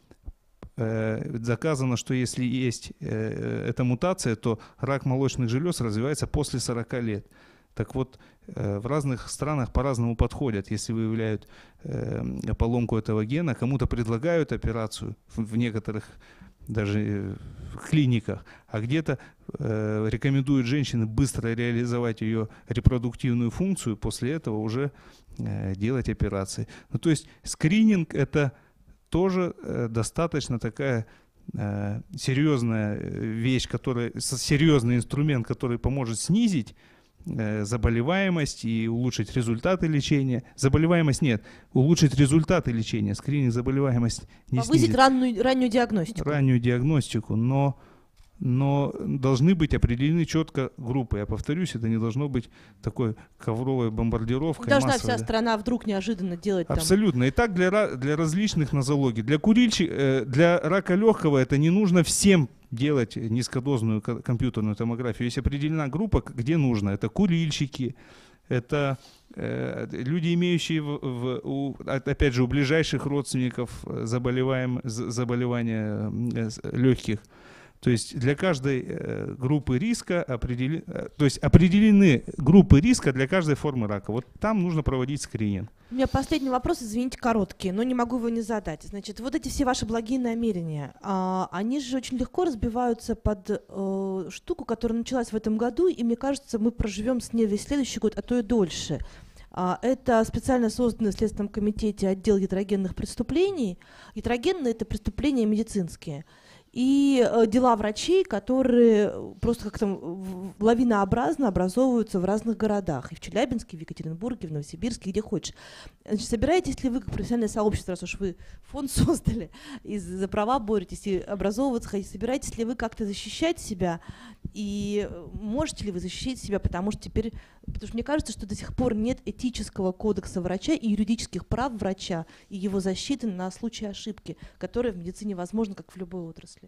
Доказано, что если есть эта мутация, то рак молочных желез развивается после 40 лет. Так вот, в разных странах по-разному подходят. Если выявляют поломку этого гена, кому-то предлагают операцию в некоторых даже клиниках, а где-то рекомендуют женщине быстро реализовать ее репродуктивную функцию, после этого уже делать операции. Ну, то есть скрининг – это тоже достаточно такая серьезная вещь, серьезный инструмент, который поможет снизить заболеваемость и улучшить результаты лечения. Заболеваемость нет, улучшить результаты лечения. Скрининг заболеваемость не снизит. Повысить раннюю диагностику. Раннюю диагностику, но должны быть определены четко группы. Я повторюсь, это не должно быть такой ковровой бомбардировкой. Не должна вся страна вдруг неожиданно делать. Абсолютно. И так для различных нозологий. Для рака легкого это не нужно всем делать низкодозную компьютерную томографию. Есть определена группа, где нужно. Это курильщики, это люди, имеющие опять же у ближайших родственников заболевания легких. То есть для каждой группы риска определены группы риска для каждой формы рака. Вот там нужно проводить скрининг. У меня последний вопрос, извините, короткий, но не могу его не задать. Значит, вот эти все ваши благие намерения, они же очень легко разбиваются под штуку, которая началась в этом году, и мне кажется, мы проживем с ней весь следующий год, а то и дольше. Это специально созданный в Следственном комитете отдел ятрогенных преступлений. Ятрогенные – это преступления медицинские. И дела врачей, которые просто как-то лавинообразно образовываются в разных городах. И в Челябинске, в Екатеринбурге, в Новосибирске, где хочешь. Значит, собираетесь ли вы, как профессиональное сообщество, раз уж вы фонд создали и за права боретесь, и образовываться хотите, собираетесь ли вы как-то защищать себя? И можете ли вы защищать себя, потому что мне кажется, что до сих пор нет этического кодекса врача и юридических прав врача и его защиты на случай ошибки, которая в медицине возможна, как в любой отрасли.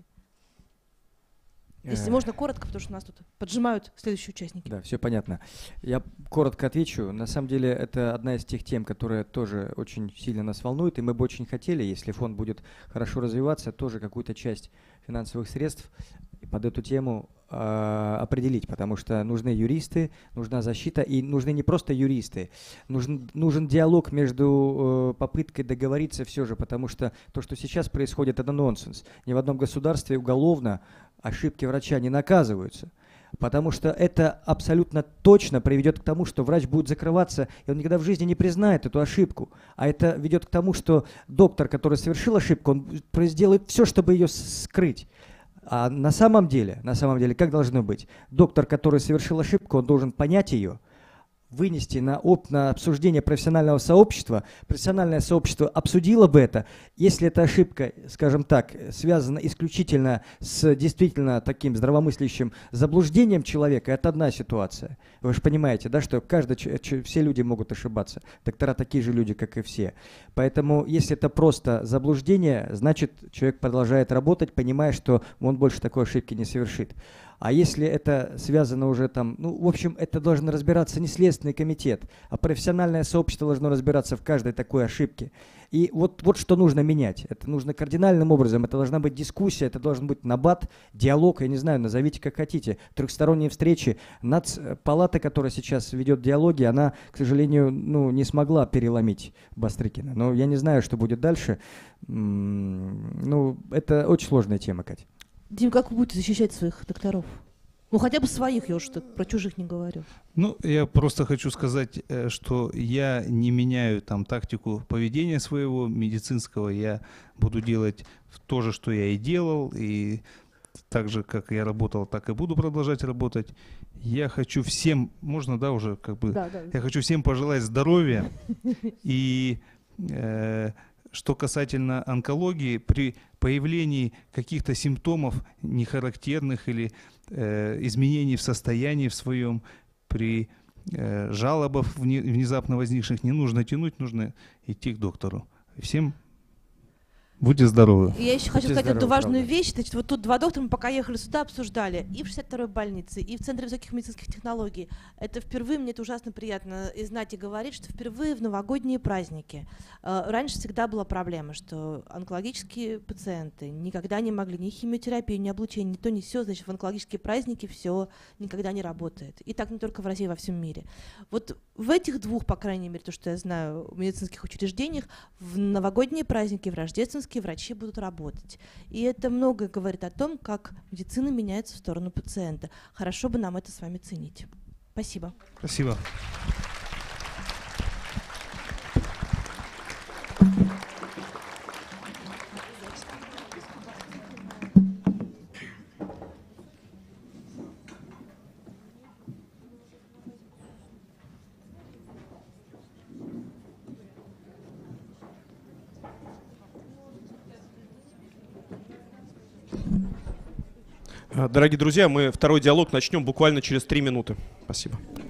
Если можно, коротко, потому что нас тут поджимают следующие участники. Да, все понятно. Я коротко отвечу. На самом деле, это одна из тех тем, которая тоже очень сильно нас волнует, и мы бы очень хотели, если фонд будет хорошо развиваться, тоже какую-то часть финансовых средств под эту тему определить, потому что нужны юристы, нужна защита, и нужны не просто юристы, нужен диалог между попыткой договориться все же, потому что то, что сейчас происходит, это нонсенс. Ни в одном государстве уголовно ошибки врача не наказываются, потому что это абсолютно точно приведет к тому, что врач будет закрываться, и он никогда в жизни не признает эту ошибку. А это ведет к тому, что доктор, который совершил ошибку, он сделает все, чтобы ее скрыть. А на самом деле, как должно быть? Доктор, который совершил ошибку, он должен понять ее, вынести на обсуждение профессионального сообщества. Профессиональное сообщество обсудило бы это. Если эта ошибка, скажем так, связана исключительно с действительно таким здравомыслящим заблуждением человека, это одна ситуация. Вы же понимаете, да, что все люди могут ошибаться. Доктора такие же люди, как и все. Поэтому, если это просто заблуждение, значит, человек продолжает работать, понимая, что он больше такой ошибки не совершит. А если это связано уже там, в общем, это должен разбираться не Следственный комитет, а профессиональное сообщество должно разбираться в каждой такой ошибке. И вот что нужно менять. Это нужно кардинальным образом. Это должна быть дискуссия, это должен быть набат, диалог, я не знаю, назовите как хотите, трехсторонние встречи. Нацпалата, которая сейчас ведет диалоги, она, к сожалению, не смогла переломить Бастрыкина. Но я не знаю, что будет дальше. Это очень сложная тема, Катя. Дим, как вы будете защищать своих докторов? Ну, хотя бы своих, я уж про чужих не говорю. Ну, я просто хочу сказать, что я не меняю там тактику поведения своего медицинского. Я буду делать то же, что я и делал, и так же, как я работал, так и буду продолжать работать. Я хочу всем, можно, да, уже как бы, Да. Я хочу всем пожелать здоровья. И что касательно онкологии, при появлении каких-то симптомов нехарактерных или изменений в состоянии в своем, при жалобах внезапно возникших, не нужно тянуть, нужно идти к доктору. Всем будьте здоровы. Я еще хочу сказать одну важную вещь. Значит, вот тут два доктора, мы пока ехали сюда, обсуждали и в 62-й больнице, и в Центре высоких медицинских технологий. Это впервые, мне это ужасно приятно и знать, и говорить, что впервые в новогодние праздники. Раньше всегда была проблема, что онкологические пациенты никогда не могли ни химиотерапию, ни облучение, ни то, ни сё. Значит, в онкологические праздники все никогда не работает. И так не только в России, во всем мире. Вот в этих двух, по крайней мере, то, что я знаю, медицинских учреждениях, в новогодние праздники, в рождественские, врачи будут работать. И это многое говорит о том, как медицина меняется в сторону пациента. Хорошо бы нам это с вами ценить. Спасибо. Спасибо. Дорогие друзья, мы второй диалог начнем буквально через 3 минуты. Спасибо.